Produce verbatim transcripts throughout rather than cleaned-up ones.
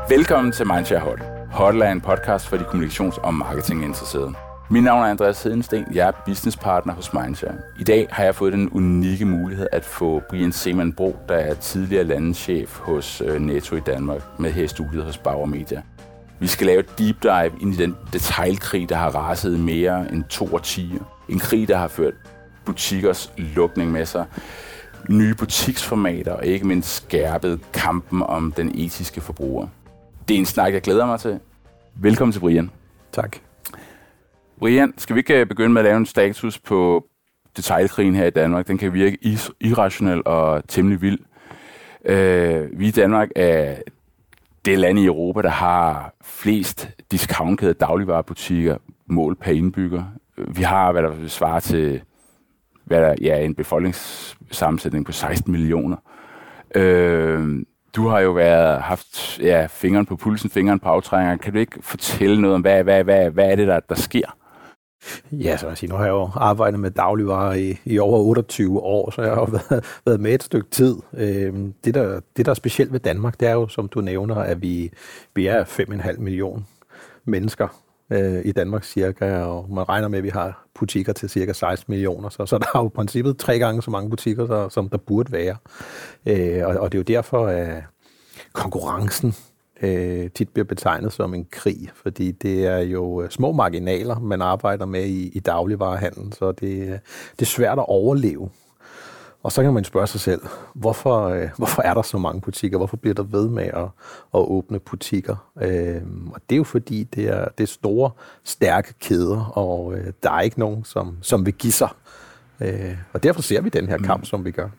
Velkommen til Mindshare Hot. Hot er en podcast for de kommunikations- og marketinginteresserede. Mit navn er Andreas Hedensten, jeg er businesspartner hos Mindshare. I dag har jeg fået den unikke mulighed at få Brian Seemann Bro, der er tidligere landeschef hos Netto i Danmark, med her i studiet hos Bauer Media. Vi skal lave et deep dive ind i den detailkrig, der har raset mere end to årtier. En krig, der har ført butikkers lukning med sig, nye butiksformater og ikke mindst skærpet kampen om den etiske forbruger. Det er en snak, jeg glæder mig til. Velkommen til Brian. Tak. Brian, skal vi ikke begynde med at lave en status på detailkrigen her i Danmark? Den kan virke is- irrationel og temmelig vild. Uh, vi i Danmark er det land i Europa, der har flest discountkæde dagligvarebutikker målt per indbygger. Vi har, hvad der svarer til hvad der, ja, en befolkningssammensætning på seksten millioner. Uh, Du har jo været, haft ja, fingeren på pulsen, fingeren på aftrængeren. Kan du ikke fortælle noget om, hvad, hvad, hvad, hvad er det, der, der sker? Ja, så jeg siger, nu har jeg jo arbejdet med dagligvarer i, i over otteogtyve år, så jeg har jo været, været med et stykke tid. Øhm, det, der, det, der er specielt ved Danmark, det er jo, som du nævner, at vi, vi er fem komma fem millioner mennesker øh, i Danmark cirka, og man regner med, at vi har butikker til cirka seksten millioner, så, så der er jo i princippet tre gange så mange butikker, så, som der burde være. Øh, og, og det er jo derfor, at konkurrencen øh, tit bliver betegnet som en krig, fordi det er jo små marginaler, man arbejder med i, i dagligvarehandlen, så det, det er svært at overleve. Og så kan man spørge sig selv, hvorfor, øh, hvorfor er der så mange butikker? Hvorfor bliver der ved med at, at åbne butikker? Øh, og det er jo fordi, det er, det er store, stærke kæder, og øh, der er ikke nogen, som, som vil give sig. Øh, og derfor ser vi den her kamp, mm. som vi gør.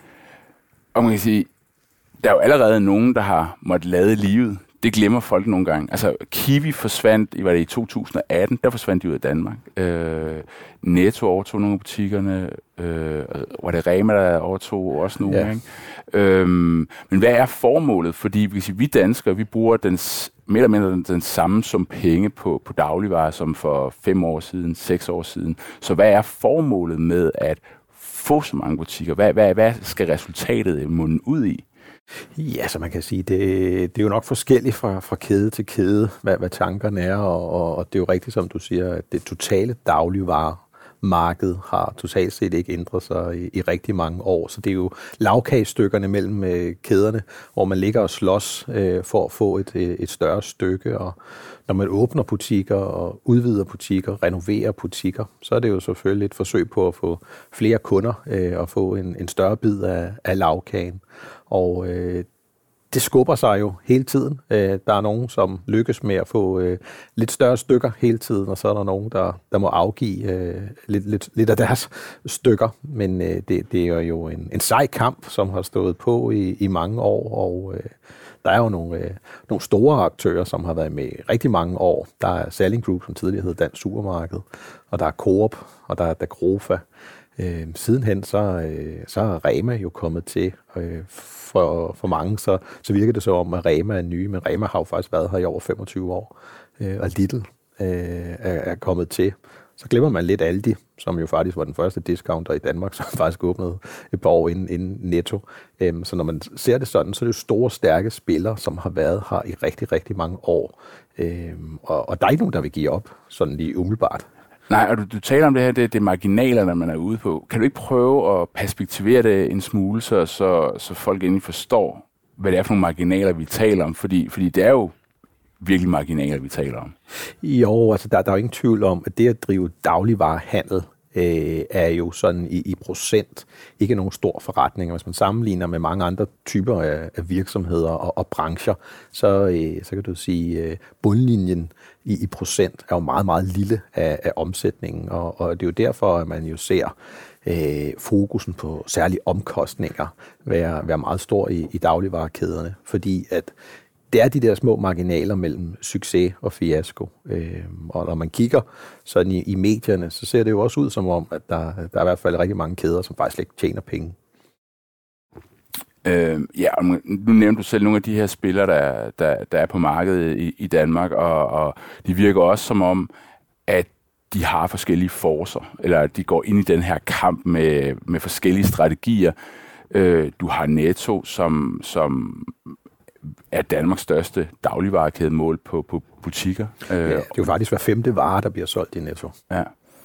Og man kan sige, der er jo allerede nogen, der har måttet lade livet. Det glemmer folk nogle gange. Altså, Kiwi forsvandt, var det i to tusind atten, der forsvandt de ud af Danmark. Øh, Netto overtog nogle af butikkerne. Øh, var det Rema, der overtog også nogle, ja. Ikke? Øh, men hvad er formålet? Fordi vi, sige, vi danskere, vi bruger den, mere eller mindre den, den samme som penge på, på dagligvarer som for fem år siden, seks år siden. Så hvad er formålet med at få så mange butikker? Hvad, hvad, hvad skal resultatet munde ud i? Ja, så man kan sige, det, det er jo nok forskelligt fra, fra kæde til kæde, hvad, hvad tankerne er, og, og, og det er jo rigtigt, som du siger, at det totale dagligvaremarked har totalt set ikke ændret sig i, i rigtig mange år, så det er jo lavkagestykkerne mellem øh, kæderne, hvor man ligger og slås øh, for at få et, et større stykke, og når man åbner butikker og udvider butikker, renoverer butikker, så er det jo selvfølgelig et forsøg på at få flere kunder øh, og få en, en større bid af, af lavkagen. Og øh, det skubber sig jo hele tiden. Øh, der er nogen, som lykkes med at få øh, lidt større stykker hele tiden, og så er der nogen, der, der må afgive øh, lidt, lidt, lidt af deres stykker. Men øh, det, det er jo en, en sej kamp, som har stået på i, i mange år, og øh, der er jo nogle, øh, nogle store aktører, som har været med i rigtig mange år. Der er Salling Group, som tidligere hed Dansk Supermarked, og der er Coop, og der er Dagrofa. Øh, sidenhen så, øh, så er Rema jo kommet til. Øh, for, for mange, så, så virker det så om, at Rema er nye, men Rema har jo faktisk været her i over femogtyve år, øh, og Lidl øh, er, er kommet til. Så glemmer man lidt Aldi, som jo faktisk var den første discounter i Danmark, som faktisk åbnede et par år inden, inden Netto. Øhm, så når man ser det sådan, så er det jo store, stærke spillere, som har været her i rigtig, rigtig mange år. Øhm, og, og der er ikke nogen, der vil give op, sådan lige umiddelbart. Nej, og du, du taler om det her, det, det er marginalerne, man er ude på. Kan du ikke prøve at perspektivere det en smule, så, så, så folk endelig forstår, hvad det er for nogle marginaler, vi taler om? Fordi, fordi det er jo virkelig marginaler, vi taler om. Jo, altså der, der er jo ingen tvivl om, at det at drive dagligvarehandel øh, er jo sådan i, i procent ikke nogen stor forretning. Hvis man sammenligner med mange andre typer af, af virksomheder og, og brancher, så, øh, så kan du sige, øh, bundlinjen i, i procent er jo meget, meget lille af, af omsætningen. Og, og det er jo derfor, at man jo ser øh, fokusen på særlige omkostninger være, være meget stor i, i dagligvarekæderne, fordi at det er de der små marginaler mellem succes og fiasko. Øh, og når man kigger sådan i, i medierne, så ser det jo også ud som om, at der, der er i hvert fald rigtig mange kæder, som faktisk ikke tjener penge. Øh, ja, og nu nævnte du selv nogle af de her spillere, der, der, der er på markedet i, i Danmark, og, og de virker også som om, at de har forskellige forcer, eller de går ind i den her kamp med, med forskellige strategier. Øh, du har Netto, som, som er Danmarks største dagligvarekæde målt på, på butikker. Ja, det er jo faktisk hver femte vare, der bliver solgt i Netto. Ja.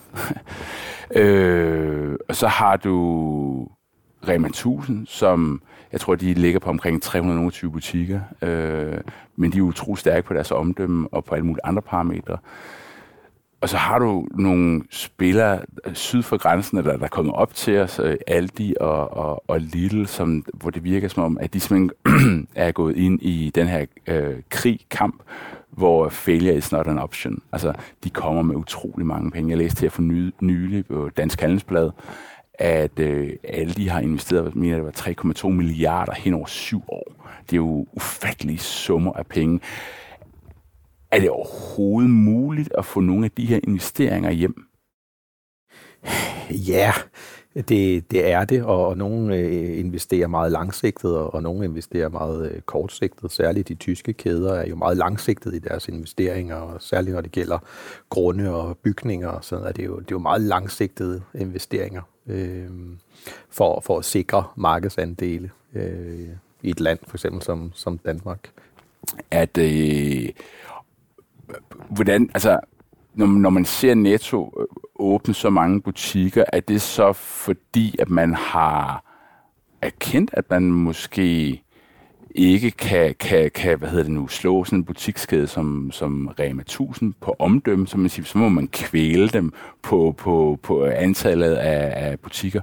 øh, og så har du Rema tusind, som jeg tror, de ligger på omkring tre hundrede og tyve butikker, øh, men de er utrolig stærke på deres omdømme og på alle mulige andre parametre. Og så har du nogle spillere syd for grænsen, der, der er kommet op til os, Aldi og, og, og Lidl, som, hvor det virker som om, at de simpelthen er gået ind i den her øh, krig, kamp, hvor failure is not an option. Altså, de kommer med utrolig mange penge. Jeg læste her for ny, nylig på Dansk Handelsblad, at øh, Aldi har investeret, jeg mener, det var tre komma to milliarder hen over syv år. Det er jo ufattelige summer af penge. Er det overhovedet muligt at få nogle af de her investeringer hjem? Ja, det, det er det, og, og nogle øh, investerer meget langsigtet, og, og nogle investerer meget øh, kortsigtet. Særligt de tyske kæder er jo meget langsigtet i deres investeringer, og særligt når det gælder grunde og bygninger, og sådan er det jo, det er jo meget langsigtede investeringer øh, for, for at sikre markedsandele øh, i et land, for eksempel som, som Danmark. At øh, hvordan, altså, når, når man ser Netto åbne så mange butikker, er det så fordi, at man har erkendt, at man måske ikke kan, kan, kan hvad hedder det nu, slå sådan en butikskæde som, som Rema tusind på omdømme, så, man siger, så må man kvæle dem på, på, på antallet af, af butikker?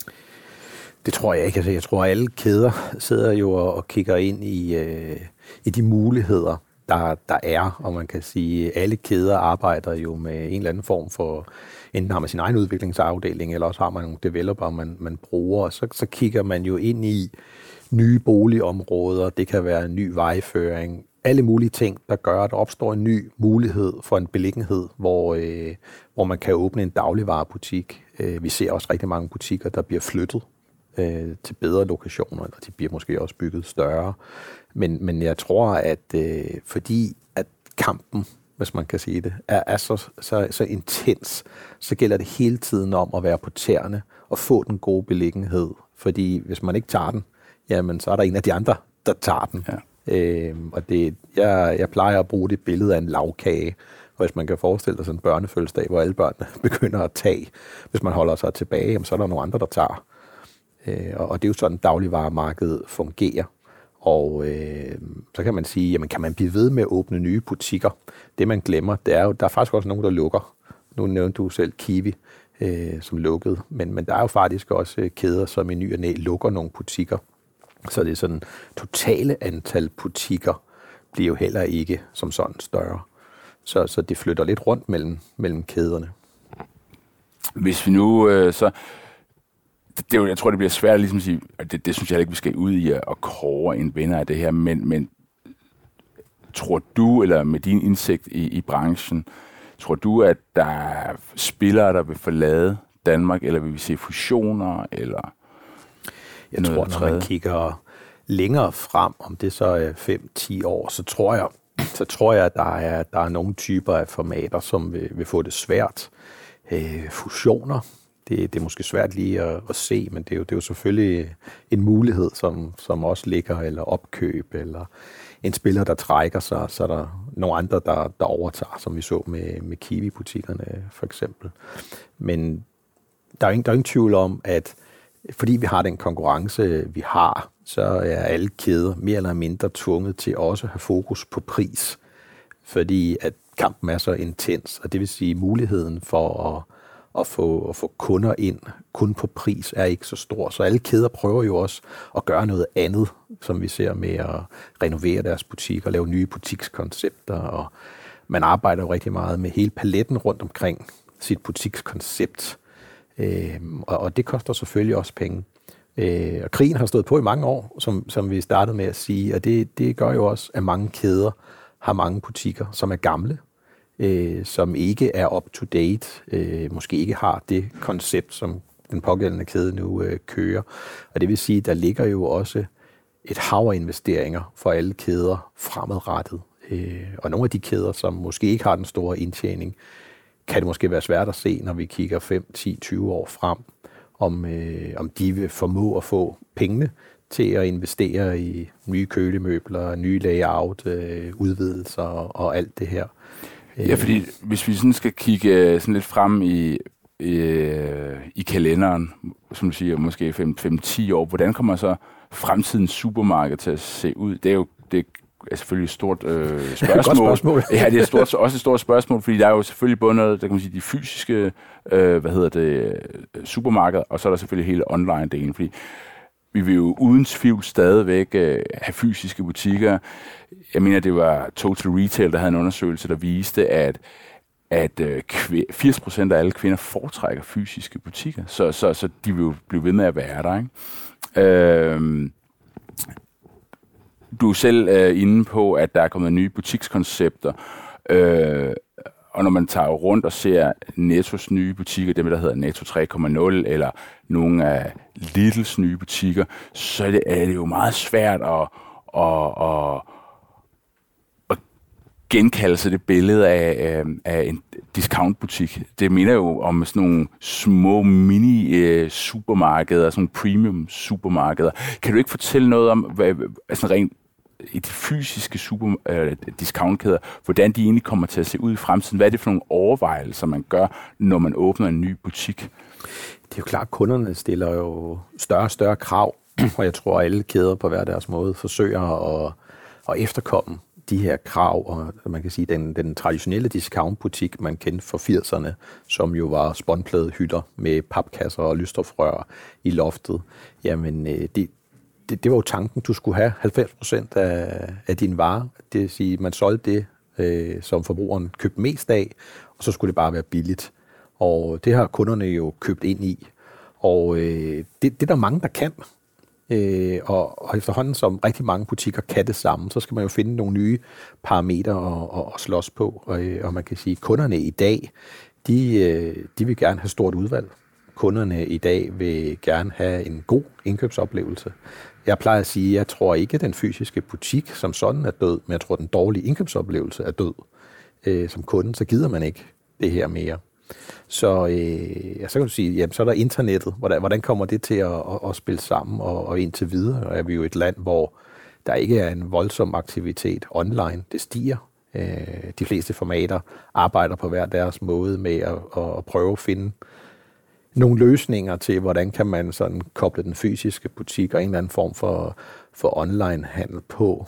Det tror jeg ikke. Altså, jeg tror, at alle kæder sidder jo og, og kigger ind i, øh, i de muligheder, Der, der er, og man kan sige, at alle kæder arbejder jo med en eller anden form for, enten har man sin egen udviklingsafdeling, eller også har man nogle developer, man, man bruger, og så, så kigger man jo ind i nye boligområder, det kan være en ny vejføring, alle mulige ting, der gør, at der opstår en ny mulighed for en beliggenhed, hvor, øh, hvor man kan åbne en dagligvarebutik. Øh, vi ser også rigtig mange butikker, der bliver flyttet øh, til bedre lokationer, eller de bliver måske også bygget større. Men, men jeg tror, at øh, fordi at kampen, hvis man kan sige det, er, er så, så, så intens, så gælder det hele tiden om at være på tæerne og få den gode beliggenhed. Fordi hvis man ikke tager den, jamen så er der en af de andre, der tager den. Ja. Øhm, og det, jeg, jeg plejer at bruge det billede af en lavkage. Og hvis man kan forestille sig sådan en børnefødselsdag, hvor alle børnene begynder at tage, hvis man holder sig tilbage, jamen, så er der nogle andre, der tager. Øh, og, og det er jo sådan, dagligvaremarkedet fungerer. Og øh, så kan man sige, jamen kan man blive ved med at åbne nye butikker? Det man glemmer, det er jo, der er faktisk også nogen, der lukker. Nu nævnte du selv Kiwi, øh, som lukkede, men, men der er jo faktisk også kæder, som i ny og næ lukker nogle butikker. Så det er sådan, totale antal butikker bliver jo heller ikke som sådan større. Så, så det flytter lidt rundt mellem, mellem kæderne. Hvis vi nu øh, så... Det er jo, jeg tror, det bliver svært ligesom at sige, det, det synes jeg ikke, vi skal ud i at, at kåre en vinder af det her, men, men tror du, eller med din indsigt i, i branchen, tror du, at der er spillere, der vil forlade Danmark, eller vil vi se fusioner, eller jeg tror, når man kigger længere frem, om det så er fem til ti år, så tror jeg, så tror jeg, at der er, der er nogle typer af formater, som vil, vil få det svært. Øh, fusioner. Det, det er måske svært lige at, at se, men det er, jo, det er jo selvfølgelig en mulighed, som, som også ligger, eller opkøb, eller en spiller, der trækker sig, så er der nogle andre, der, der overtager, som vi så med, med Kiwi-butikkerne for eksempel. Men der er jo ingen, der er ingen tvivl om, at fordi vi har den konkurrence, vi har, så er alle kæder mere eller mindre tvunget til også at have fokus på pris, fordi at kampen er så intens, og det vil sige muligheden for at At få, at få kunder ind kun på pris er ikke så stor. Så alle kæder prøver jo også at gøre noget andet, som vi ser med at renovere deres butikker, lave nye butikskoncepter, og man arbejder jo rigtig meget med hele paletten rundt omkring sit butikskoncept, øh, og, og det koster selvfølgelig også penge. Øh, og krigen har stået på i mange år, som, som vi startede med at sige, og det, det gør jo også, at mange kæder har mange butikker, som er gamle, Øh, som ikke er up-to-date, øh, måske ikke har det koncept, som den pågældende kæde nu øh, kører. Og det vil sige, at der ligger jo også et hav af investeringer for alle kæder fremadrettet. Øh, og nogle af de kæder, som måske ikke har den store indtjening, kan det måske være svært at se, når vi kigger fem, ti, tyve år frem, om, øh, om de vil formå at få pengene til at investere i nye kølemøbler, nye layout, øh, udvidelser og, og alt det her. Ja, fordi hvis vi sådan skal kigge sådan lidt frem i, i, i kalenderen, som du siger, måske fem til ti år, hvordan kommer så fremtidens supermarked til at se ud? Det er jo det er selvfølgelig et stort øh, spørgsmål. spørgsmål. Ja, det er stort, også et stort spørgsmål, fordi der er jo selvfølgelig både noget, der kan man sige, de fysiske, øh, hvad hedder det, supermarkeder, og så er der selvfølgelig hele online-delen, fordi vi vil jo uden tvivl stadigvæk øh, have fysiske butikker. Jeg mener, det var Total Retail, der havde en undersøgelse, der viste, at, at øh, firs procent af alle kvinder foretrækker fysiske butikker. Så, så, så de vil jo blive ved med at være der, ikke? Øh, du er selv øh, inde på, at der er kommet nye butikskoncepter. Øh, Og når man tager rundt og ser Nettos nye butikker, dem der hedder Netto tre punkt nul, eller nogle af Lidls nye butikker, så er det, er det jo meget svært at, at, at, at genkalde sig det billede af, af en discountbutik. Det minder jo om sådan nogle små mini-supermarkeder, sådan nogle premium-supermarkeder. Kan du ikke fortælle noget om, hvad, altså rent i de fysiske super, øh, discountkæder, hvordan de egentlig kommer til at se ud i fremtiden? Hvad er det for nogle overvejelser, man gør, når man åbner en ny butik? Det er jo klart, at kunderne stiller jo større og større krav, og jeg tror, at alle kæder på hver deres måde forsøger at, at efterkomme de her krav, og man kan sige, den, den traditionelle discountbutik, man kendte fra firserne, som jo var spånpladehytter med papkasser og lysstofrør i loftet, jamen det Det, det var jo tanken, du skulle have halvfems procent af, af dine varer. Det vil sige, man solgte det, øh, som forbrugeren købte mest af, og så skulle det bare være billigt. Og det har kunderne jo købt ind i. Og øh, det, det er der mange, der kan. Øh, og, og efterhånden, som rigtig mange butikker kan det samme, så skal man jo finde nogle nye parametre at, at, at slås på. Og, og man kan sige, at kunderne i dag, de, de vil gerne have stort udvalg. Kunderne i dag vil gerne have en god indkøbsoplevelse. Jeg plejer at sige, at jeg tror ikke, at den fysiske butik som sådan er død, men jeg tror, at den dårlige indkøbsoplevelse er død. Øh, som kunde, så gider man ikke det her mere. Så, øh, så kan du sige, jamen, så er der internettet. Hvordan, hvordan kommer det til at, at, at spille sammen? Og, og indtil videre er vi jo et land, hvor der ikke er en voldsom aktivitet online. Det stiger. Øh, de fleste formater arbejder på hver deres måde med at, at prøve at finde nogle løsninger til, hvordan kan man sådan koble den fysiske butik og en eller anden form for, for online-handel på.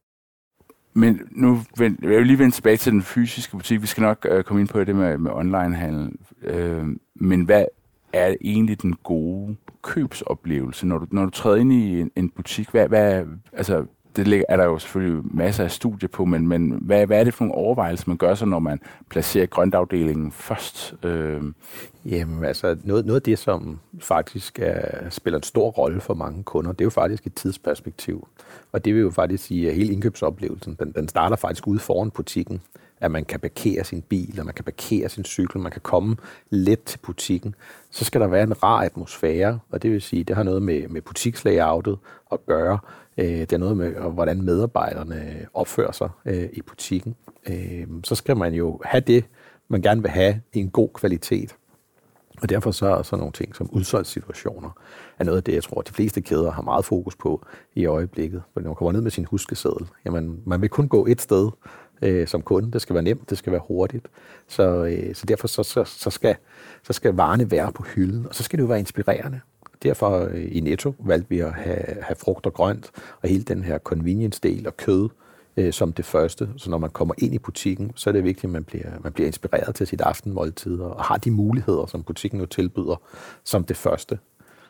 Men nu vil jeg lige vende tilbage til den fysiske butik. Vi skal nok øh, komme ind på det med, med online-handel. Øh, men hvad er egentlig den gode købsoplevelse, når du, når du træder ind i en, en butik? Hvad, hvad, altså, det er der jo selvfølgelig masser af studier på, men, men hvad, hvad er det for nogle overvejelser, man gør så, når man placerer grøntafdelingen først? Øh? Jamen altså, noget, noget af det, som faktisk er, spiller en stor rolle for mange kunder, det er jo faktisk et tidsperspektiv. Og det vil jo faktisk sige, at hele indkøbsoplevelsen, den, den starter faktisk ude foran butikken. At man kan parkere sin bil, at man kan parkere sin cykel, man kan komme let til butikken. Så skal der være en rar atmosfære, og det vil sige, det har noget med, med butikslayouttet at gøre. Det er noget med, hvordan medarbejderne opfører sig i butikken. Så skal man jo have det, man gerne vil have i en god kvalitet. Og derfor så er sådan nogle ting som udsolgssituationer er noget af det, jeg tror, de fleste kæder har meget fokus på i øjeblikket. For når man kommer ned med sin huskeseddel, jamen man vil kun gå et sted øh, som kunde. Det skal være nemt, det skal være hurtigt. Så, øh, så derfor så, så, så, skal, så skal varerne være på hylden, og så skal det jo være inspirerende. Derfor øh, i Netto valgte vi at have, have frugt og grønt, og hele den her convenience-del og kød øh, som det første. Så når man kommer ind i butikken, så er det vigtigt, at man bliver, man bliver inspireret til sit aftenmåltid, og har de muligheder, som butikken nu tilbyder, som det første.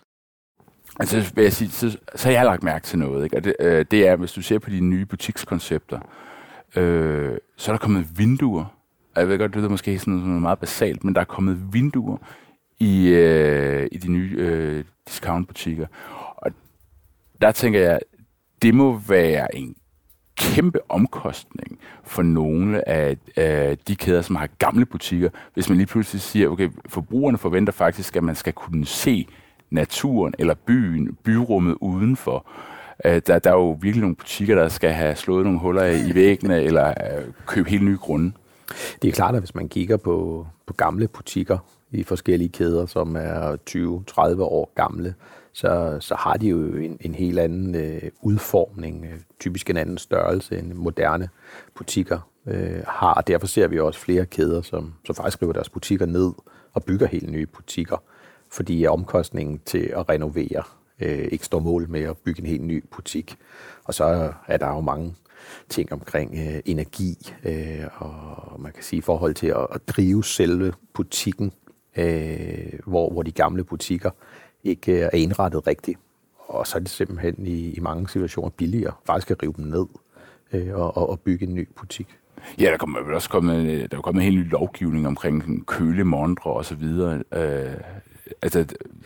Altså, vil jeg sige, så, så har jeg lagt mærke til noget, ikke? Og det, øh, det er, hvis du ser på de nye butikskoncepter, øh, så er der kommet vinduer. Og jeg ved godt, det er måske sådan noget meget basalt, men der er kommet vinduer i, øh, i de nye øh, discountbutikker. Og der tænker jeg, det må være en kæmpe omkostning for nogle af øh, de kæder, som har gamle butikker, hvis man lige pludselig siger, okay, forbrugerne forventer faktisk, at man skal kunne se naturen eller byen, byrummet udenfor. Øh, der, der er jo virkelig nogle butikker, der skal have slået nogle huller i væggene eller øh, købe helt nye grunde. Det er klart, at hvis man kigger på, på gamle butikker i forskellige kæder, som er tyve til tredive år gamle, så, så har de jo en, en helt anden øh, udformning, øh, typisk en anden størrelse end moderne butikker øh, har. Og derfor ser vi også flere kæder, som, som faktisk river deres butikker ned og bygger helt nye butikker, fordi omkostningen til at renovere øh, ikke står mål med at bygge en helt ny butik. Og så er der jo mange ting omkring øh, energi, øh, og man kan sige i forhold til at, at drive selve butikken, øh, hvor, hvor de gamle butikker ikke øh, er indrettet rigtigt. Og så er det simpelthen i, i mange situationer billigere faktisk at rive dem ned øh, og, og, og bygge en ny butik. Ja, der kommer vel også kommet, der er kommet en helt ny lovgivning omkring kølemontre og så videre. Øh, altså...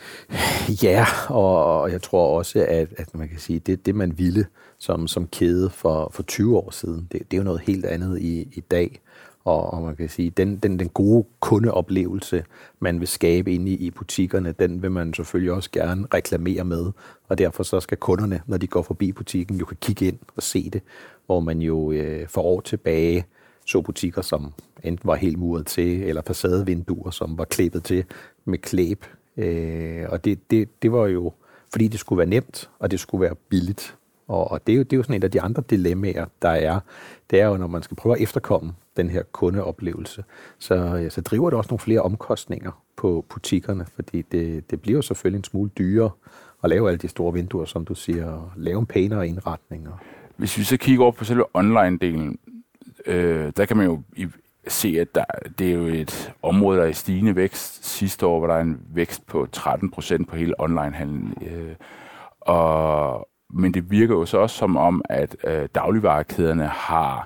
Ja, og, og jeg tror også, at, at man kan sige, det det man ville som, som kæde for, for tyve år siden, det, det er jo noget helt andet i, i dag. Og, og man kan sige, den, den, den gode kundeoplevelse, man vil skabe inde i, i butikkerne, den vil man selvfølgelig også gerne reklamere med. Og derfor så skal kunderne, når de går forbi butikken, jo kan kigge ind og se det, hvor man jo øh, for år tilbage så butikker, som enten var helt muret til, eller facadevinduer, som var klippet til med klæb. Øh, og det, det, det var jo, fordi det skulle være nemt, og det skulle være billigt. Og, og det, er jo, det er jo sådan et af de andre dilemmaer, der er. Det er jo, når man skal prøve at efterkomme den her kundeoplevelse, så, så driver det også nogle flere omkostninger på butikkerne, fordi det, det bliver jo selvfølgelig en smule dyrere at lave alle de store vinduer, som du siger, og lave en pænere indretning. Hvis vi så kigger over på selve online-delen, øh, der kan man jo i, se, at der, det er jo et område, der er i stigende vækst. Sidste år var der en vækst på tretten procent på hele onlinehandlen. Øh, og, men det virker jo så også som om, at øh, dagligvarekæderne har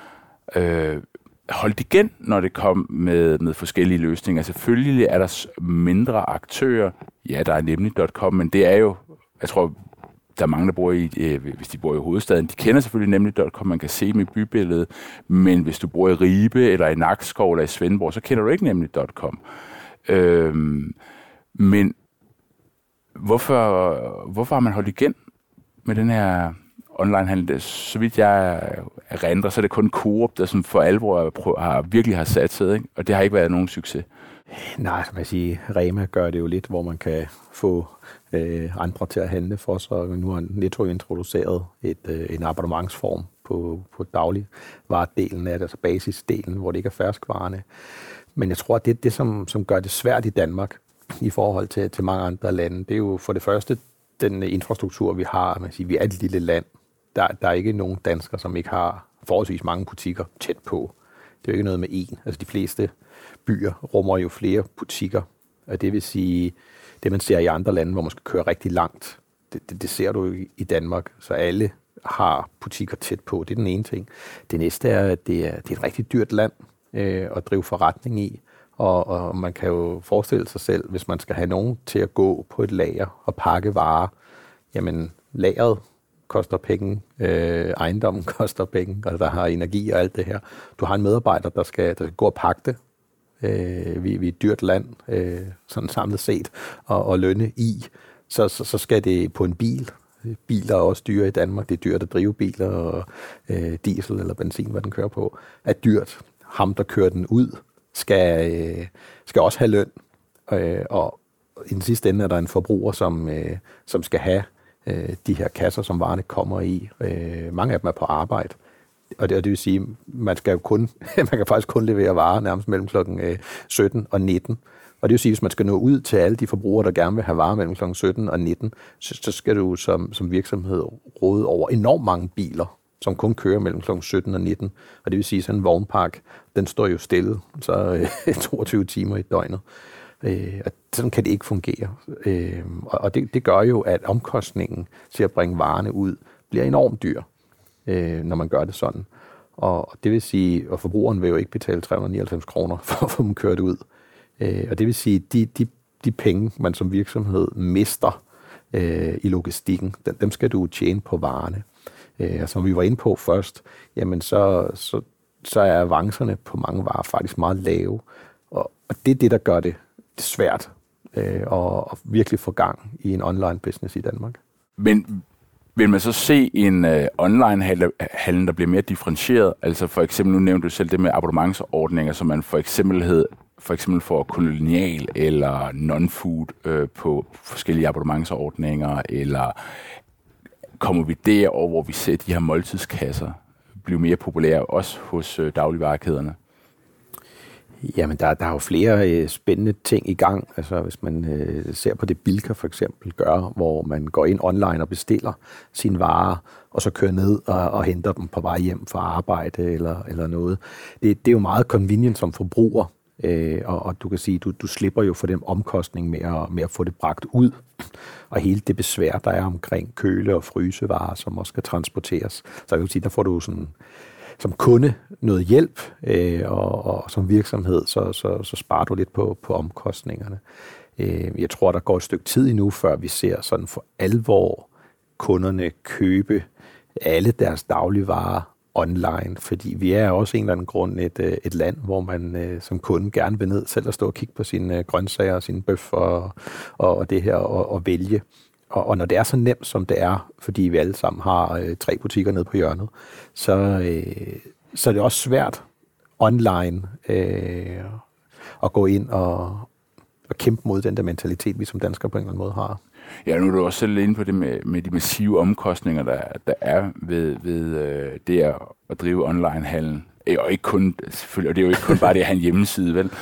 øh, holdt igen, når det kom med, med forskellige løsninger. Selvfølgelig er der mindre aktører. Ja, der er nemlig punktum com, men det er jo, jeg tror, der er mange, der bor i, øh, hvis de bor i hovedstaden, de kender selvfølgelig nemlig punktum com, man kan se dem i bybilledet, men hvis du bor i Ribe, eller i Nakskov, eller i Svendborg, så kender du ikke nemlig punktum com. Øhm, men hvorfor, hvorfor har man holdt igen med den her onlinehandel? Så vidt jeg erindrer, så er det kun Coop, der som for alvor har, virkelig har sat sig, ikke? Og det har ikke været nogen succes. Nej, som jeg siger, Rema gør det jo lidt, hvor man kan få øh, andre til at handle for sig. Nu har Netto introduceret et, øh, en abonnementsform på, på dagligvaredelen af det, altså basisdelen, hvor det ikke er ferskvarerne. Men jeg tror, at det, det som, som gør det svært i Danmark i forhold til, til mange andre lande, det er jo for det første den infrastruktur, vi har. Man siger, vi er et lille land. Der, der er ikke nogen danskere, som ikke har forholdsvis mange butikker tæt på. Det er jo ikke noget med én. Altså de fleste byer rummer jo flere butikker, og det vil sige, det man ser i andre lande, hvor man skal køre rigtig langt, det, det, det ser du jo i Danmark, så alle har butikker tæt på. Det er den ene ting. Det næste er, at det er, det er et rigtig dyrt land øh, at drive forretning i, og, og man kan jo forestille sig selv, hvis man skal have nogen til at gå på et lager og pakke varer, jamen lageret koster penge, øh, ejendommen koster penge, og der har energi og alt det her. Du har en medarbejder, der skal, der skal gå og pakke det. Øh, vi, vi er et dyrt land, øh, sådan samlet set, og, og lønne i. Så, så, så skal det på en bil. Biler er også dyre i Danmark. Det er dyrt at drive biler, og øh, diesel eller benzin, hvad den kører på, er dyrt. Ham, der kører den ud, skal, øh, skal også have løn. Øh, og i den sidste ende er der en forbruger, som, øh, som skal have øh, de her kasser, som varerne kommer i. Øh, mange af dem er på arbejde. Og det, og det vil sige, man skal jo kun, man kan faktisk kun levere varer nærmest mellem klokken sytten og nitten. Og det vil sige, hvis man skal nå ud til alle de forbrugere, der gerne vil have varer mellem klokken sytten og nitten, så, så skal du som, som virksomhed råde over enormt mange biler, som kun kører mellem klokken sytten og nitten. Og det vil sige, at sådan en vognpark, den står jo stille, så øh, toogtyve timer i døgnet. Øh, og sådan kan det ikke fungere. Øh, og det, det gør jo, at omkostningen til at bringe varerne ud bliver enormt dyr, øh, når man gør det sådan. Og det vil sige, at forbrugeren vil jo ikke betale tre hundrede og nioghalvfems kroner for at få dem kørt ud. Øh, og det vil sige, at de, de, de penge, man som virksomhed mister øh, i logistikken, dem, dem skal du tjene på varerne. Øh, og som vi var inde på først, jamen så, så, så er avancerne på mange varer faktisk meget lave. Og, og det er det, der gør det, det svært øh, at, at virkelig få gang i en online business i Danmark. Men vil man så se en uh, online-handel, der bliver mere differentieret? Altså for eksempel, nu nævnte du selv det med abonnementsordninger, som man for eksempel, hed, for eksempel får kolonial eller non-food øh, på forskellige abonnementsordninger, eller kommer vi derover, hvor vi ser de her måltidskasser blive mere populære, også hos øh, dagligvarekæderne? Jamen, der, der er jo flere øh, spændende ting i gang. Altså, hvis man øh, ser på det, Bilka for eksempel gør, hvor man går ind online og bestiller sine varer, og så kører ned og, og henter dem på vej hjem fra arbejde eller, eller noget. Det, det er jo meget convenient som forbruger, øh, og, og du kan sige, du, du slipper jo for den omkostning med at, med at få det bragt ud, og hele det besvær, der er omkring køle- og frysevarer, som også skal transporteres. Så jeg vil sige, der får du sådan som kunde noget hjælp, øh, og, og som virksomhed, så, så, så sparer du lidt på, på omkostningerne. Øh, jeg tror, der går et stykke tid endnu, før vi ser sådan for alvor kunderne købe alle deres dagligvarer online, fordi vi er også en eller anden grund et, et land, hvor man øh, som kunde gerne vil ned selv og stå og kigge på sine øh, grøntsager og sine bøffer og, og, og det her og, og vælge. Og, og når det er så nemt, som det er, fordi vi alle sammen har øh, tre butikker nede på hjørnet, så, øh, så er det også svært online øh, at gå ind og, og kæmpe mod den der mentalitet, vi som danskere på en eller anden måde har. Ja, nu er du også selv inde på det med, med de massive omkostninger, der, der er ved, ved øh, det at, at drive online-handel. Og ikke kun, selvfølgelig, og det er jo ikke kun bare det at have en hjemmeside, vel?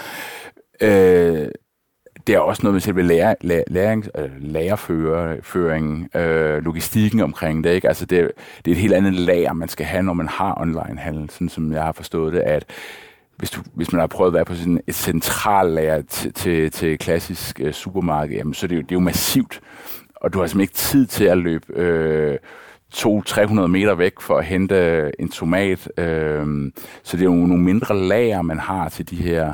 Øh, Det er også noget med selve lærer, lærer, lærings, øh, lærerføring, øh, logistikken omkring det. Ikke? Altså det, det er et helt andet lager, man skal have, når man har online-handel, sådan som jeg har forstået det, at hvis, du, hvis man har prøvet at være på sådan et centrallager til, til, til klassisk øh, supermarked, jamen, så er det, jo, det er jo massivt, og du har simpelthen ikke tid til at løbe øh, to til tre hundrede meter væk for at hente en tomat. Øh, så det er jo nogle mindre lager, man har til de her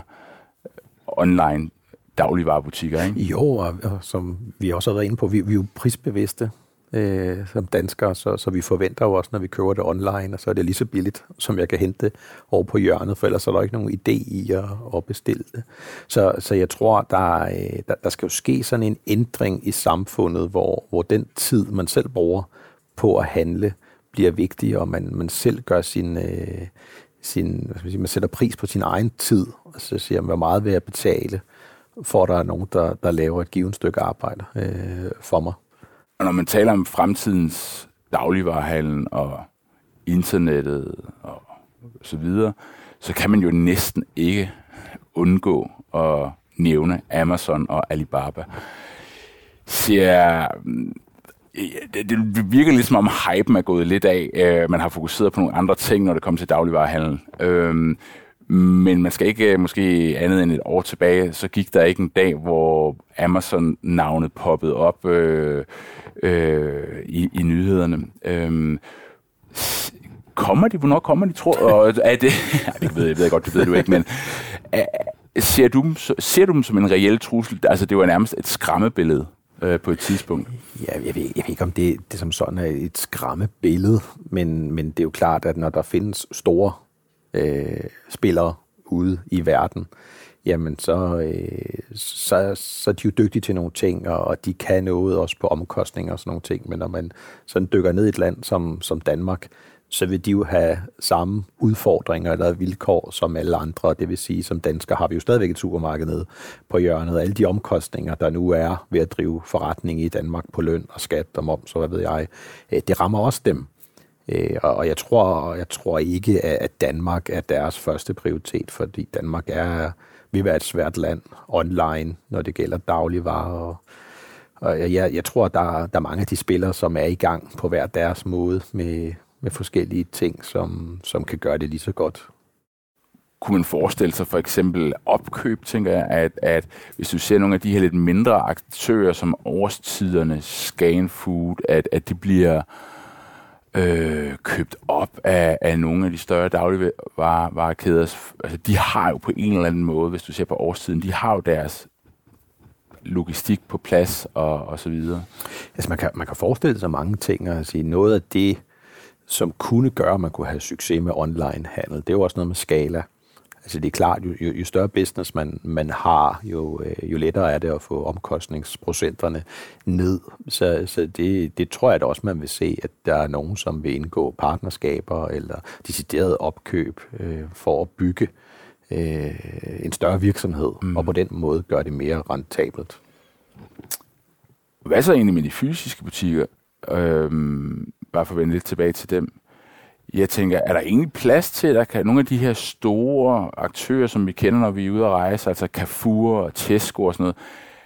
online dagligvarebutikker, ikke? Jo, og, og som vi også har været inde på, vi, vi er jo prisbevidste øh, som danskere, så, så vi forventer jo også, når vi køber det online, og så er det lige så billigt, som jeg kan hente det over på hjørnet, for ellers er der ikke nogen idé i at, at bestille det. Så, så jeg tror, der, der, der skal jo ske sådan en ændring i samfundet, hvor, hvor den tid, man selv bruger på at handle, bliver vigtig, og man, man selv gør sin... Øh, sin hvad skal man sige, man sætter pris på sin egen tid, og så siger man, hvor meget vil jeg betale, for at der er nogen, der, der laver et givet stykke arbejde øh, for mig. Og når man taler om fremtidens dagligvarehandel og internettet og så videre, så kan man jo næsten ikke undgå at nævne Amazon og Alibaba. Så jeg, det, det virker lidt som om hypen er gået lidt af. Man har fokuseret på nogle andre ting, når det kommer til dagligvarehandel. Øhm, Men man skal ikke måske andet end et år tilbage, så gik der ikke en dag, hvor Amazon-navnet poppede op øh, øh, i, i nyhederne. Øh, kommer de? Hvornår kommer de, tror og er det? det ved jeg, ved jeg godt, det ved du ikke, men er, ser, du dem, ser du dem som en reel trussel? Altså, det var nærmest et skræmmebillede øh, på et tidspunkt. Ja, jeg ved, jeg ved ikke, om det, det som sådan er et skræmmebillede, men, men det er jo klart, at når der findes store Øh, spillere ude i verden, jamen så, øh, så, så er de jo dygtige til nogle ting, og, og de kan noget også på omkostninger og sådan nogle ting, men når man sådan dykker ned i et land som, som Danmark, så vil de jo have samme udfordringer eller vilkår som alle andre. Det vil sige, som danskere har vi jo stadigvæk et supermarked nede på hjørnet, og alle de omkostninger, der nu er ved at drive forretning i Danmark på løn og skat og moms, så hvad ved jeg, det rammer også dem. Og jeg tror, jeg tror ikke, at Danmark er deres første prioritet, fordi Danmark er, vil være et svært land online, når det gælder dagligvarer. Og, og jeg, jeg tror, der, der er mange af de spillere, som er i gang på hver deres måde med, med forskellige ting, som, som kan gøre det lige så godt. Kunne man forestille sig for eksempel opkøb, tænker jeg, at, at hvis du ser nogle af de her lidt mindre aktører, som Årstiderne, Scan Food, at, at de bliver Øh, købt op af, af nogle af de større dagligvarekæder. Altså, de har jo på en eller anden måde, hvis du ser på Årstiden, de har jo deres logistik på plads og, og så videre. Altså, man kan, man kan forestille sig mange ting, og sige, noget af det, som kunne gøre, at man kunne have succes med online-handel, det er jo også noget med skala. Altså det er klart, jo, jo, jo større business man, man har, jo, jo lettere er det at få omkostningsprocenterne ned. Så, så det, det tror jeg da også, man vil se, at der er nogen, som vil indgå partnerskaber eller decideret opkøb øh, for at bygge øh, en større virksomhed, mm. og på den måde gør det mere rentabelt. Hvad så egentlig med de fysiske butikker? Øhm, bare for at vende lidt tilbage til dem. Jeg tænker, er der egentlig plads til, at der kan nogle af de her store aktører, som vi kender, når vi er ude at rejse, altså Carrefour og Tesco og sådan noget,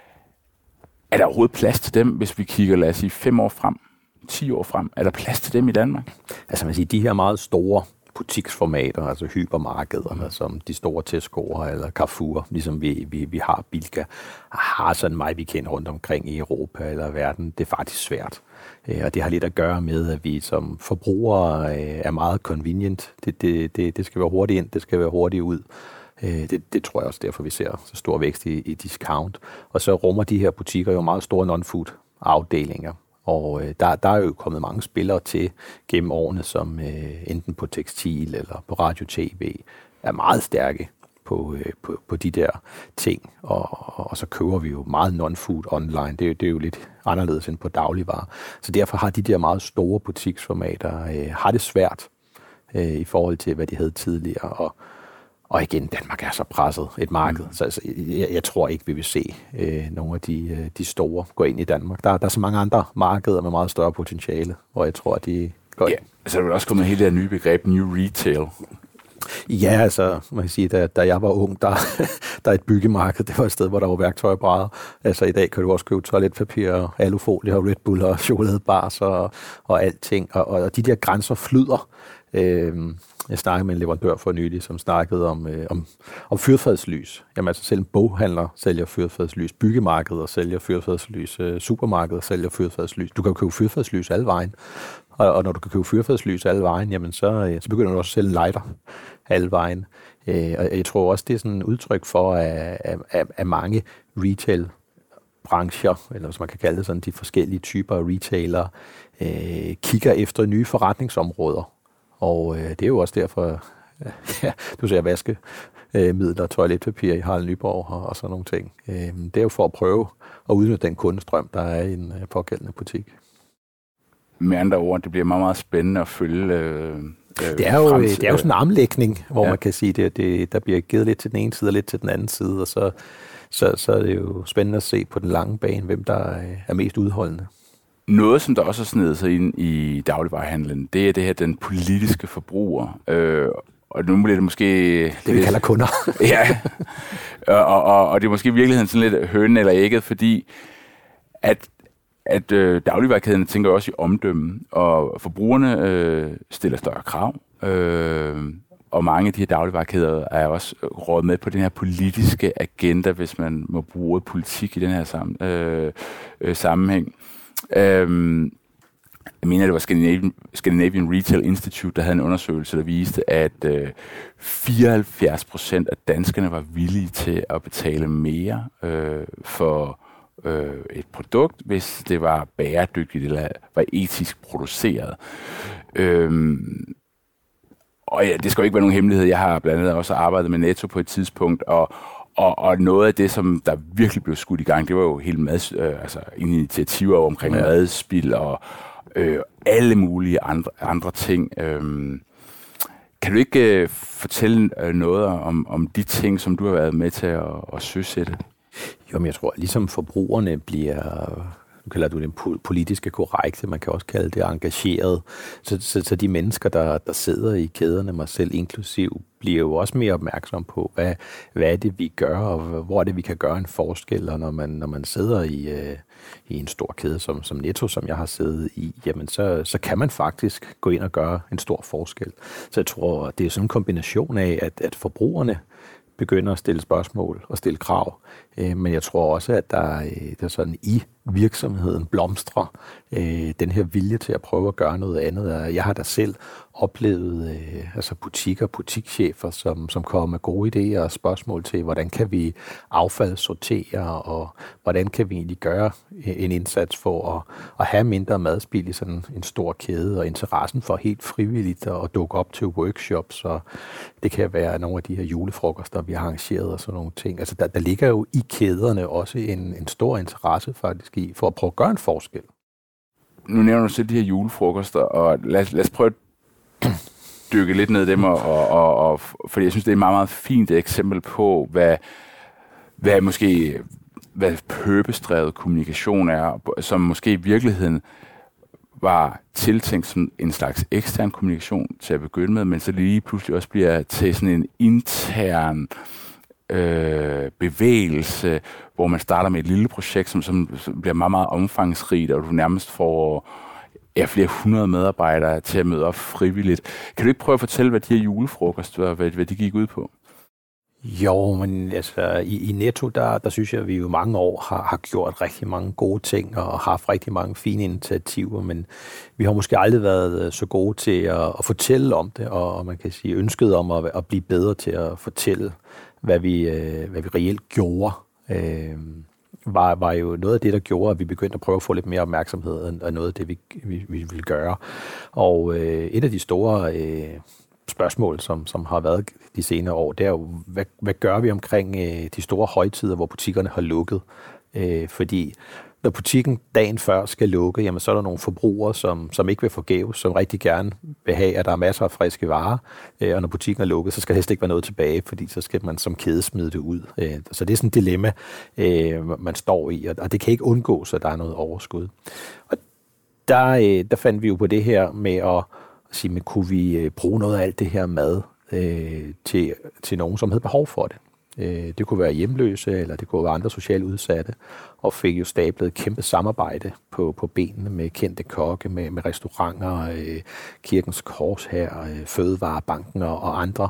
er der overhovedet plads til dem, hvis vi kigger, lad os sige, fem år frem, ti år frem? Er der plads til dem i Danmark? Altså man siger, de her meget store butiksformater, altså hypermarkederne, mm. som de store Tesco'er eller Carrefour, ligesom vi, vi, vi har Bilka, har sådan meget, vi kender rundt omkring i Europa eller verden. Det er faktisk svært. Og det har lidt at gøre med, at vi som forbrugere er meget convenient. Det, det, det, det skal være hurtigt ind, det skal være hurtigt ud. Det, det tror jeg også derfor, vi ser så stor vækst i, i discount. Og så rummer de her butikker jo meget store non-food afdelinger. Og øh, der, der er jo kommet mange spillere til gennem årene, som øh, enten på tekstil eller på radio-tv er meget stærke på, øh, på, på de der ting. Og, og så køber vi jo meget non-food online. Det er, det er jo lidt anderledes end på dagligvarer. Så derfor har de der meget store butiksformater øh, har det svært øh, i forhold til, hvad de havde tidligere. Og Og igen, Danmark er så presset et marked, mm. så altså, jeg, jeg tror ikke, vi vil se øh, nogle af de, øh, de store gå ind i Danmark. Der, der er så mange andre markeder med meget større potentiale, hvor jeg tror, at de går ind. Ja, så er der også kommet hele det her nye begreb, New Retail. Ja, altså, man kan sige, da, da jeg var ung, der, der er et byggemarked, det var et sted, hvor der var værktøjbrædder. Altså i dag kan du også købe toiletpapir, alufolie og Red Bull og chokoladebars og, og alting. Og, og de der grænser flyder. Øh, Jeg snakkede med en leverandør for nylig, som snakkede om, øh, om, om fyrfadslys. Jamen altså selv en boghandler sælger fyrfadslys, byggemarkeder sælger fyrfadslys, øh, supermarkeder sælger fyrfadslys. Du kan jo købe fyrfadslys alle vejen. Og, og når du kan købe fyrfadslys alle vejen, jamen så, øh, så begynder du også at sælge lighter alle vejen. Øh, og jeg tror også, det er sådan et udtryk for, at, at, at mange retail brancher, eller som man kan kalde det sådan, de forskellige typer af retailer, øh, kigger efter nye forretningsområder. Og øh, det er jo også derfor, øh, ja, du ser vaskemidler og toiletpapir i Harald Nyborg og, og sådan nogle ting. Øh, det er jo for at prøve at udnytte den kundestrøm, der er i en øh, pågældende butik. Med andre ord, det bliver meget, meget spændende at følge øh, det er jo fremtid. Det er jo sådan en armlægning, hvor ja. man kan sige, det, det der bliver givet lidt til den ene side og lidt til den anden side, og så, så, så er det jo spændende at se på den lange bane, hvem der er mest udholdende. Noget, som der også er snedet sig ind i dagligvarehandlen, det er det her, den politiske forbruger. Øh, og nu bliver det måske... Det, det vi kalder kunder. Ja, og, og, og det er måske i virkeligheden sådan lidt hønen eller ægget, fordi at, at øh, dagligvarekæderne tænker også i omdømme, og forbrugerne øh, stiller større krav. Øh, og mange af de her dagligvarekæder er også rådet med på den her politiske agenda, hvis man må bruge politik i den her sammen, øh, øh, sammenhæng. Øhm, jeg mener, det var Scandinavian, Scandinavian Retail Institute, der havde en undersøgelse, der viste, at øh, fireoghalvfjerds procent af danskerne var villige til at betale mere øh, for øh, et produkt, hvis det var bæredygtigt eller var etisk produceret. Øhm, og ja, det skal jo ikke være nogen hemmelighed. Jeg har blandt andet også arbejdet med Netto på et tidspunkt, og Og, og noget af det, som der virkelig blev skudt i gang, det var jo hele mad, øh, altså initiativer omkring ja. madspild og øh, alle mulige andre, andre ting. Øhm, kan du ikke øh, fortælle øh, noget om, om de ting, som du har været med til at, at søsætte? Jo, men jeg tror, ligesom forbrugerne bliver... Nu kalder du det politiske korrekte, man kan også kalde det engageret. Så, så, så de mennesker, der, der sidder i kæderne, mig selv inklusiv, bliver jo også mere opmærksom på, hvad, hvad er det, vi gør, og hvor er det, vi kan gøre en forskel. Og når man, når man sidder i, øh, i en stor kæde som, som Netto, som jeg har siddet i, jamen så, så kan man faktisk gå ind og gøre en stor forskel. Så jeg tror, det er sådan en kombination af, at, at forbrugerne begynder at stille spørgsmål og stille krav. Men jeg tror også, at der, der sådan i virksomheden blomstrer den her vilje til at prøve at gøre noget andet. Jeg har da selv oplevet altså butikker, butikschefer, som, som kommer med gode idéer og spørgsmål til, hvordan kan vi affaldssortere, og hvordan kan vi egentlig gøre en indsats for at, at have mindre madspild i sådan en stor kæde, og interessen for helt frivilligt at dukke op til workshops, og det kan være nogle af de her julefrokoster, vi har arrangeret og sådan nogle ting. Altså der, der ligger jo i kæderne også en, en stor interesse faktisk i, for at prøve at gøre en forskel. Nu nævner du selv de her julefrokoster, og lad, lad os prøve dykke lidt ned i dem, og, og, og, og, fordi jeg synes, det er et meget, meget fint eksempel på, hvad, hvad måske hvad purpose-drevet kommunikation er, som måske i virkeligheden var tiltænkt som en slags ekstern kommunikation til at begynde med, men så lige pludselig også bliver til sådan en intern øh, bevægelse, hvor man starter med et lille projekt, som, som, som bliver meget, meget omfangsrigt, og du nærmest får ja, flere hundrede medarbejdere til at møde op frivilligt. Kan du ikke prøve at fortælle, hvad de her julefrokoster, hvad, hvad de gik ud på? Jo, men altså, i, i Netto, der, der synes jeg, at vi jo mange år har, har gjort rigtig mange gode ting og har haft rigtig mange fine initiativer, men vi har måske aldrig været så gode til at, at fortælle om det, og, og man kan sige ønsket om at, at blive bedre til at fortælle, hvad vi, øh, hvad vi reelt gjorde, øh, var, var jo noget af det, der gjorde, at vi begyndte at prøve at få lidt mere opmærksomhed end, end noget af det, vi, vi, vi ville gøre. Og øh, et af de store øh, spørgsmål, som, som har været de senere år, det er jo, hvad, hvad gør vi omkring øh, de store højtider, hvor butikkerne har lukket? Øh, fordi når butikken dagen før skal lukke, jamen, så er der nogle forbrugere, som, som ikke vil forgæves, som rigtig gerne vil have, at der er masser af friske varer. Øh, og når butikken er lukket, så skal der helst ikke være noget tilbage, fordi så skal man som kæde smide det ud. Øh, så det er sådan et dilemma, øh, man står i, og, og det kan ikke undgås, at der er noget overskud. Og der, øh, der fandt vi jo på det her med at sige, men kunne vi øh, bruge noget af alt det her mad øh, til, til nogen, som havde behov for det. Øh, det kunne være hjemløse, eller det kunne være andre socialt udsatte, og fik jo stablet et kæmpe samarbejde på, på benene med kendte kokke, med, med restauranter, øh, Kirkens Kors her, øh, Fødevarebanken og, og andre.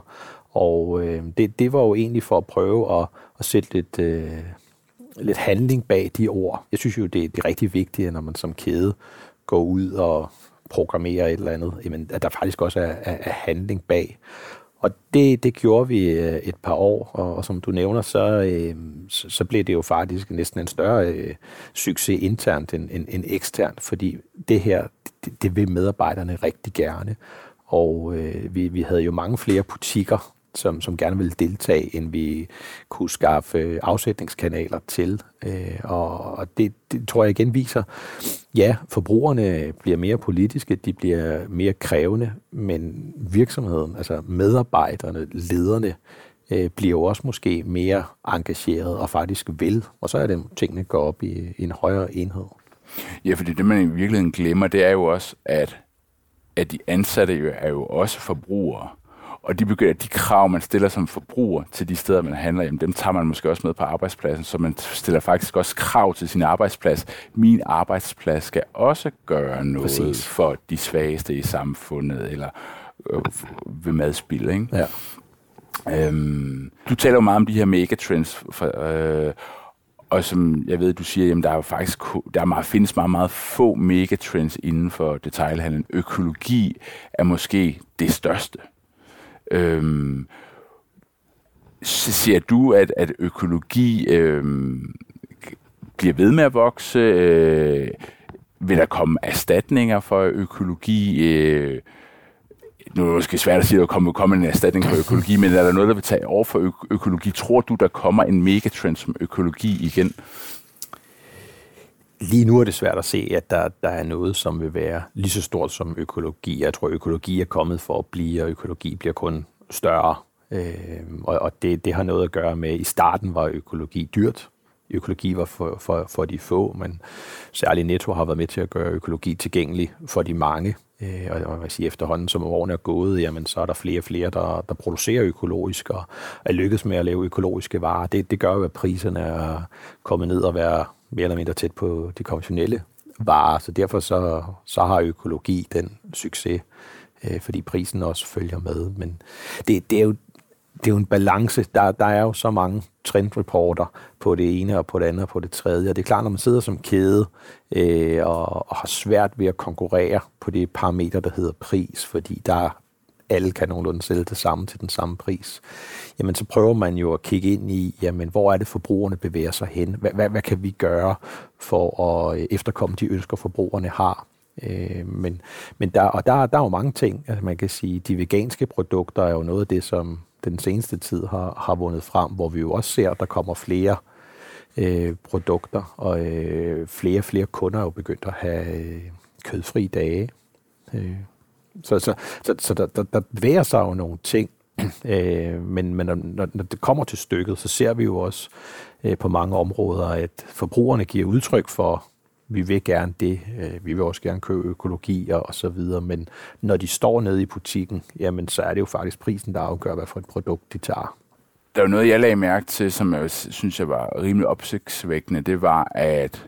Og øh, det, det var jo egentlig for at prøve at, at sætte lidt, øh, lidt handling bag de ord. Jeg synes jo, det, det er rigtig vigtigt, når man som kæde går ud og programmerer et eller andet, jamen, at der faktisk også er, er, er handling bag. Og det, det gjorde vi et par år, og, og som du nævner, så, øh, så, så blev det jo faktisk næsten en større øh, succes internt end, end, end eksternt, fordi det her, det, det vil medarbejderne rigtig gerne. Og øh, vi, vi havde jo mange flere butikker, som, som gerne ville deltage, end vi kunne skaffe afsætningskanaler til. Øh, og og det, det tror jeg igen viser, ja, forbrugerne bliver mere politiske, de bliver mere krævende, men virksomheden, altså medarbejderne, lederne, øh, bliver jo også måske mere engageret og faktisk vil. Og så er det, tingene går op i, i en højere enhed. Ja, fordi det, man i virkeligheden glemmer, det er jo også, at, at de ansatte jo er jo også forbrugere. Og de, begynder, de krav, man stiller som forbruger til de steder, man handler, jamen, dem tager man måske også med på arbejdspladsen, så man stiller faktisk også krav til sin arbejdsplads. Min arbejdsplads skal også gøre noget Præcis. For de svageste i samfundet, eller øh, ved madspil, ikke? Ja. Øhm, du taler jo meget om de her megatrends, for, øh, og som jeg ved, du siger, jamen, der er jo faktisk der er meget, findes meget, meget få megatrends inden for detailhandlen. Økologi er måske det største. Øhm, ser du, at, at økologi øhm, bliver ved med at vokse? Øh, vil der komme erstatninger for økologi? Øh, nu er det måske svært at sige, at der kommer, kommer en erstatning for økologi, men er der noget, der vil tage over for ø- økologi? Tror du, der kommer en megatrend som økologi igen? Lige nu er det svært at se, at der, der er noget, som vil være lige så stort som økologi. Jeg tror, økologi er kommet for at blive, og økologi bliver kun større. Øh, og og det, det har noget at gøre med, at i starten var økologi dyrt. Økologi var for, for, for de få, men særligt Netto har været med til at gøre økologi tilgængelig for de mange. Øh, og jeg vil sige, efterhånden som årene er gået, jamen, så er der flere og flere, der, der producerer økologisk og er lykkedes med at lave økologiske varer. Det, det gør jo, at priserne er kommet ned og være mere eller mindre tæt på de konventionelle varer. Så derfor så, så har økologi den succes, øh, fordi prisen også følger med. Men det, det er jo Det er jo en balance. Der, der er jo så mange trendreporter på det ene og på det andet og på det tredje. Og det er klart, når man sidder som kæde øh, og, og har svært ved at konkurrere på det parameter, der hedder pris, fordi der alle kan nogenlunde sælge det samme til den samme pris, jamen så prøver man jo at kigge ind i, jamen hvor er det forbrugerne bevæger sig hen? Hvad, hvad, hvad kan vi gøre for at efterkomme de ønsker, forbrugerne har? Øh, men, men der, og der, der er jo mange ting. Altså man kan sige, de veganske produkter er jo noget af det, som den seneste tid har, har vundet frem, hvor vi jo også ser, at der kommer flere øh, produkter, og øh, flere og flere kunder er jo begyndt at have øh, kødfri dage. Øh, Så, så, så, så der, der, der bevæger sig jo nogle ting, øh, men, men når, når det kommer til stykket, så ser vi jo også øh, på mange områder, at forbrugerne giver udtryk for, vi vil gerne det, øh, vi vil også gerne købe økologi og, og så videre, men når de står nede i butikken, jamen så er det jo faktisk prisen, der afgør, hvad for et produkt de tager. Der var noget, jeg lagde mærke til, som jeg synes, jeg var rimelig opsigtsvækkende, det var, at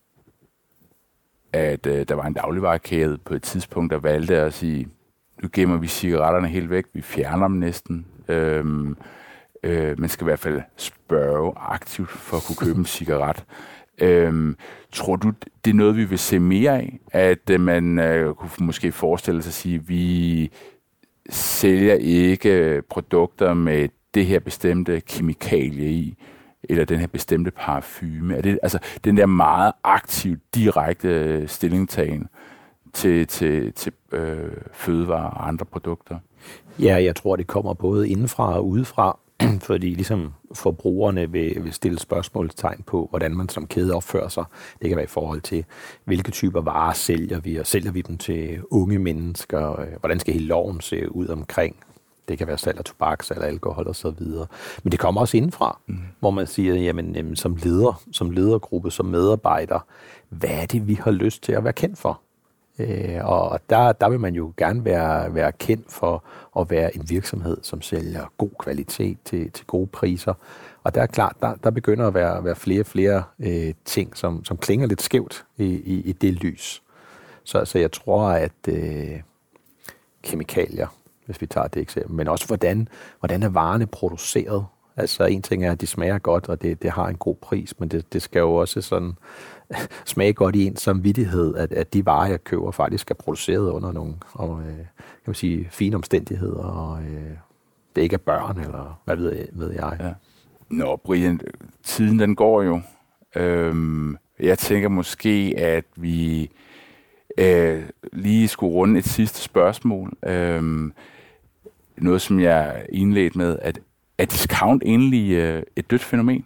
at øh, der var en dagligvarekæde på et tidspunkt, der valgte at sige, nu gemmer vi cigaretterne helt væk, vi fjerner dem næsten. Øhm, øh, man skal i hvert fald spørge aktivt for at kunne købe en cigaret. Øhm, tror du, det er noget, vi vil se mere af? At øh, man øh, kunne måske forestille sig at sige, at vi sælger ikke produkter med det her bestemte kemikalie i, eller den her bestemte parfume. Er det altså den der meget aktiv, direkte stillingtagen til, til, til øh, fødevarer og andre produkter? Ja, jeg tror, det kommer både indenfra og udefra, fordi ligesom forbrugerne vil, vil stille spørgsmålstegn på, hvordan man som kæde opfører sig. Det kan være i forhold til, hvilke typer varer sælger vi, og sælger vi dem til unge mennesker? Hvordan skal hele loven se ud omkring? Det kan være salg af tobak, salg af alkohol og så videre. Men det kommer også indenfra, mm. hvor man siger, jamen, jamen som leder, som ledergruppe, som medarbejder, hvad er det, vi har lyst til at være kendt for? Øh, og der, der vil man jo gerne være, være kendt for at være en virksomhed, som sælger god kvalitet til, til gode priser. Og der er klart, der, der begynder at være, være flere og flere øh, ting, som, som klinger lidt skævt i, i, i det lys. Så, så jeg tror, at øh, kemikalier, hvis vi tager det eksempel, men også hvordan, hvordan er varerne produceret. Altså en ting er, at de smager godt, og det, det har en god pris, men det, det skal jo også sådan smage godt i ens samvittighed, at, at de varer, jeg køber, faktisk er produceret under nogle og, øh, kan man sige, fine omstændigheder, og øh, det ikke er børn, eller hvad ved, ved jeg. Ja. Nå, Brian, tiden den går jo. Øhm, jeg tænker måske, at vi øh, lige skulle runde et sidste spørgsmål. Øhm, noget, som jeg indledte med, at er discount egentlig øh, et dødt fænomen?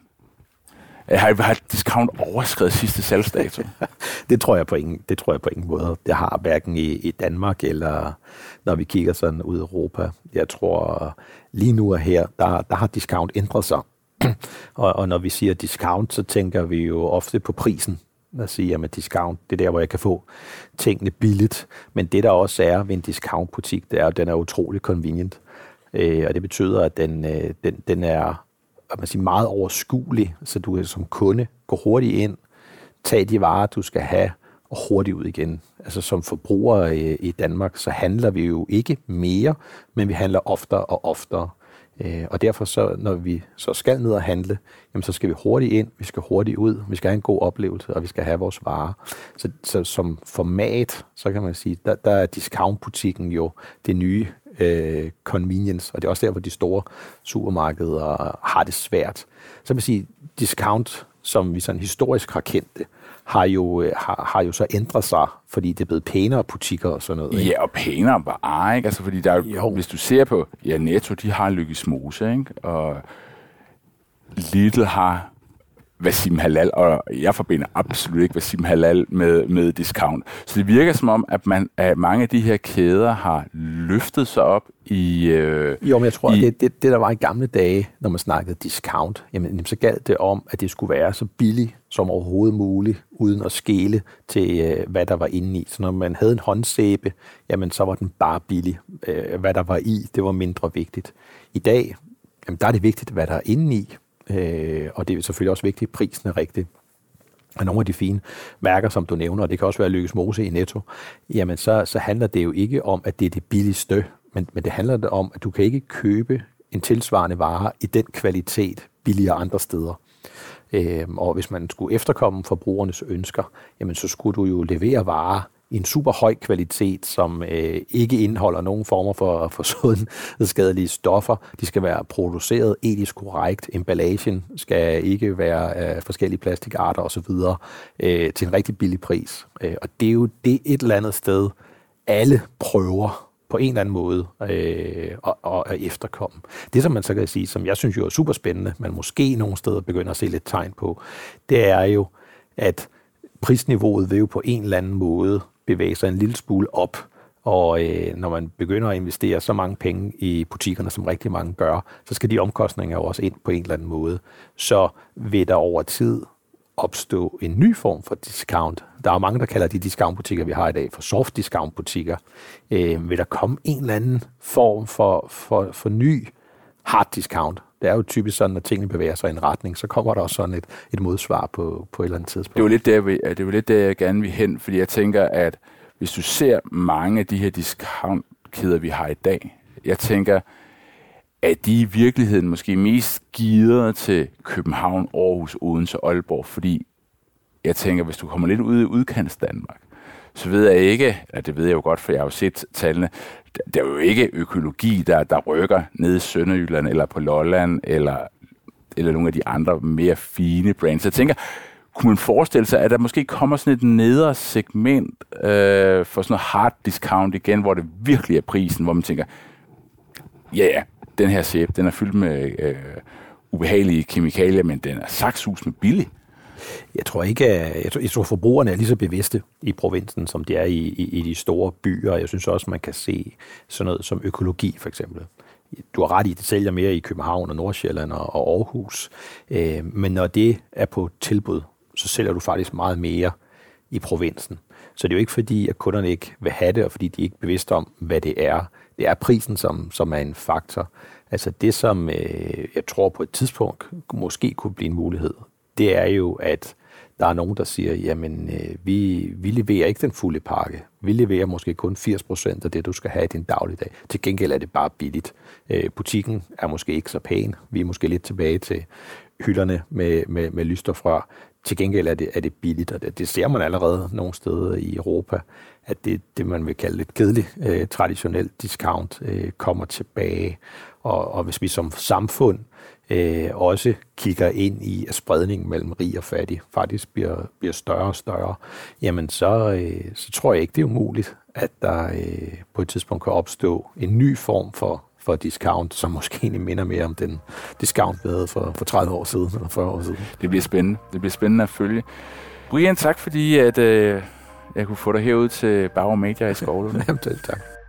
Har, har discount overskredet sidste salgsdato? det tror jeg på ingen, det tror jeg på ingen måde. Det har hverken i, i Danmark eller når vi kigger sådan ud i Europa. Jeg tror lige nu og her, der, der har discount ændret sig. og, og når vi siger discount, så tænker vi jo ofte på prisen. At sige, at discount, det er der, hvor jeg kan få tingene billigt. Men det, der også er ved en discountbutik, det er, at den er utrolig convenient. Øh, og det betyder, at den, øh, den, den er at man siger, meget overskuelig, så du kan som kunde gå hurtigt ind, tage de varer, du skal have, og hurtigt ud igen. Altså som forbrugere i, i Danmark, så handler vi jo ikke mere, men vi handler oftere og oftere. Øh, og derfor, så, når vi så skal ned og handle, jamen, så skal vi hurtigt ind, vi skal hurtigt ud, vi skal have en god oplevelse, og vi skal have vores varer. Så, så som format, så kan man sige, der, der er discountbutikken jo det nye øh, convenience, og det er også der, hvor de store supermarkeder har det svært. Så kan man sige, discount, som vi sådan historisk har kendt det, har jo, har, har jo så ændret sig, fordi det er blevet pænere butikker og sådan noget. Ikke? Ja, og pænere varer, ikke? Altså, fordi der er, jo. Hvis du ser på, ja, Netto, de har Lykkes Mose, ikke? Og Lidl har Wasim Halal, og jeg forbinder absolut ikke Wasim Halal med, med discount. Så det virker som om, at, man, at mange af de her kæder har løftet sig op i... Øh, jo, men jeg tror, i, det, det, det der var i gamle dage, når man snakkede discount, jamen, så galt det om, at det skulle være så billigt som overhovedet muligt, uden at skele til, øh, hvad der var inde i. Så når man havde en håndsæbe, jamen, så var den bare billig. Øh, hvad der var i, det var mindre vigtigt. I dag, jamen, der er det vigtigt, hvad der er inde i. Øh, og det er selvfølgelig også vigtigt, at prisen er rigtig. Og nogle af de fine mærker, som du nævner, og det kan også være Lykkes Mose i Netto, jamen så, så handler det jo ikke om, at det er det billigste, men, men det handler om, at du kan ikke købe en tilsvarende vare i den kvalitet billigere andre steder. Øh, og hvis man skulle efterkomme forbrugernes ønsker, jamen så skulle du jo levere varer i en super høj kvalitet, som øh, ikke indeholder nogen former for, for sådan skadelige stoffer. De skal være produceret etisk korrekt. Emballagen skal ikke være af forskellige plastikarter osv. Øh, til en rigtig billig pris. Øh, og det er jo det et eller andet sted, alle prøver på en eller anden måde øh, at, at efterkomme. Det, som man så kan sige, som jeg synes jo er super spændende, men måske nogle steder begynder at se lidt tegn på, det er jo, at prisniveauet vil jo på en eller anden måde bevæge sig en lille smule op, Og øh, når man begynder at investere så mange penge i butikkerne, som rigtig mange gør, så skal de omkostninger jo også ind på en eller anden måde. Så vil der over tid opstå en ny form for discount. Der er jo mange, der kalder de discountbutikker, vi har i dag, for soft discountbutikker. Øh, vil der komme en eller anden form for, for, for ny hard discount? Det er jo typisk sådan, at tingene bevæger sig i en retning, så kommer der også sådan et, et modsvar på, på et eller andet tidspunkt. Det er jo lidt der, vi, det er jo lidt der, jeg gerne vil hen, fordi jeg tænker, at hvis du ser mange af de her discountkæder, vi har i dag, jeg tænker, at de i virkeligheden måske mest gearet til København, Aarhus, Odense og Aalborg, fordi jeg tænker, hvis du kommer lidt ud i udkants Danmark, så ved jeg ikke, eller det ved jeg jo godt, for jeg har jo set tallene, der er jo ikke økologi, der, der rykker nede i Sønderjylland, eller på Lolland, eller, eller nogle af de andre mere fine brands. Jeg tænker, kunne man forestille sig, at der måske kommer sådan et nedre segment øh, for sådan noget hard discount igen, hvor det virkelig er prisen, hvor man tænker, ja, yeah, den her sæbe, den er fyldt med øh, ubehagelige kemikalier, men den er saksus med billig. Jeg tror ikke, jeg tror, jeg tror forbrugerne er lige så bevidste i provinsen, som de er i, i, i de store byer. Jeg synes også, man kan se sådan noget som økologi, for eksempel. Du har ret i, det sælger mere i København og Nordsjælland og, og Aarhus. Øh, men når det er på tilbud, så sælger du faktisk meget mere i provinsen. Så det er jo ikke fordi, at kunderne ikke vil have det, og fordi de ikke er bevidste om, hvad det er. Det er prisen, som, som er en faktor. Altså det, som øh, jeg tror på et tidspunkt måske kunne blive en mulighed, det er jo, at der er nogen, der siger, jamen, øh, vi, vi leverer ikke den fulde pakke. Vi leverer måske kun firs procent af det, du skal have i din dagligdag. Til gengæld er det bare billigt. Øh, butikken er måske ikke så pæn. Vi er måske lidt tilbage til hylderne med, med, med lystofrør. Til gengæld er det, er det billigt, og det, det ser man allerede nogle steder i Europa, at det, det man vil kalde lidt kedeligt, øh, traditionelt discount, øh, kommer tilbage. Og, og hvis vi som samfund øh, også kigger ind i, at spredningen mellem rig og fattig faktisk bliver, bliver større og større, jamen så, øh, så tror jeg ikke, det er umuligt, at der øh, på et tidspunkt kan opstå en ny form for for discount, som måske egentlig minder mere om den discount, vi havde for, for tredive år siden, eller fyrre år siden. Det bliver spændende. Det bliver spændende at følge. Brian, tak fordi at, øh, jeg kunne få dig herud til Bauer Media i Skovlund. Jamen, tak.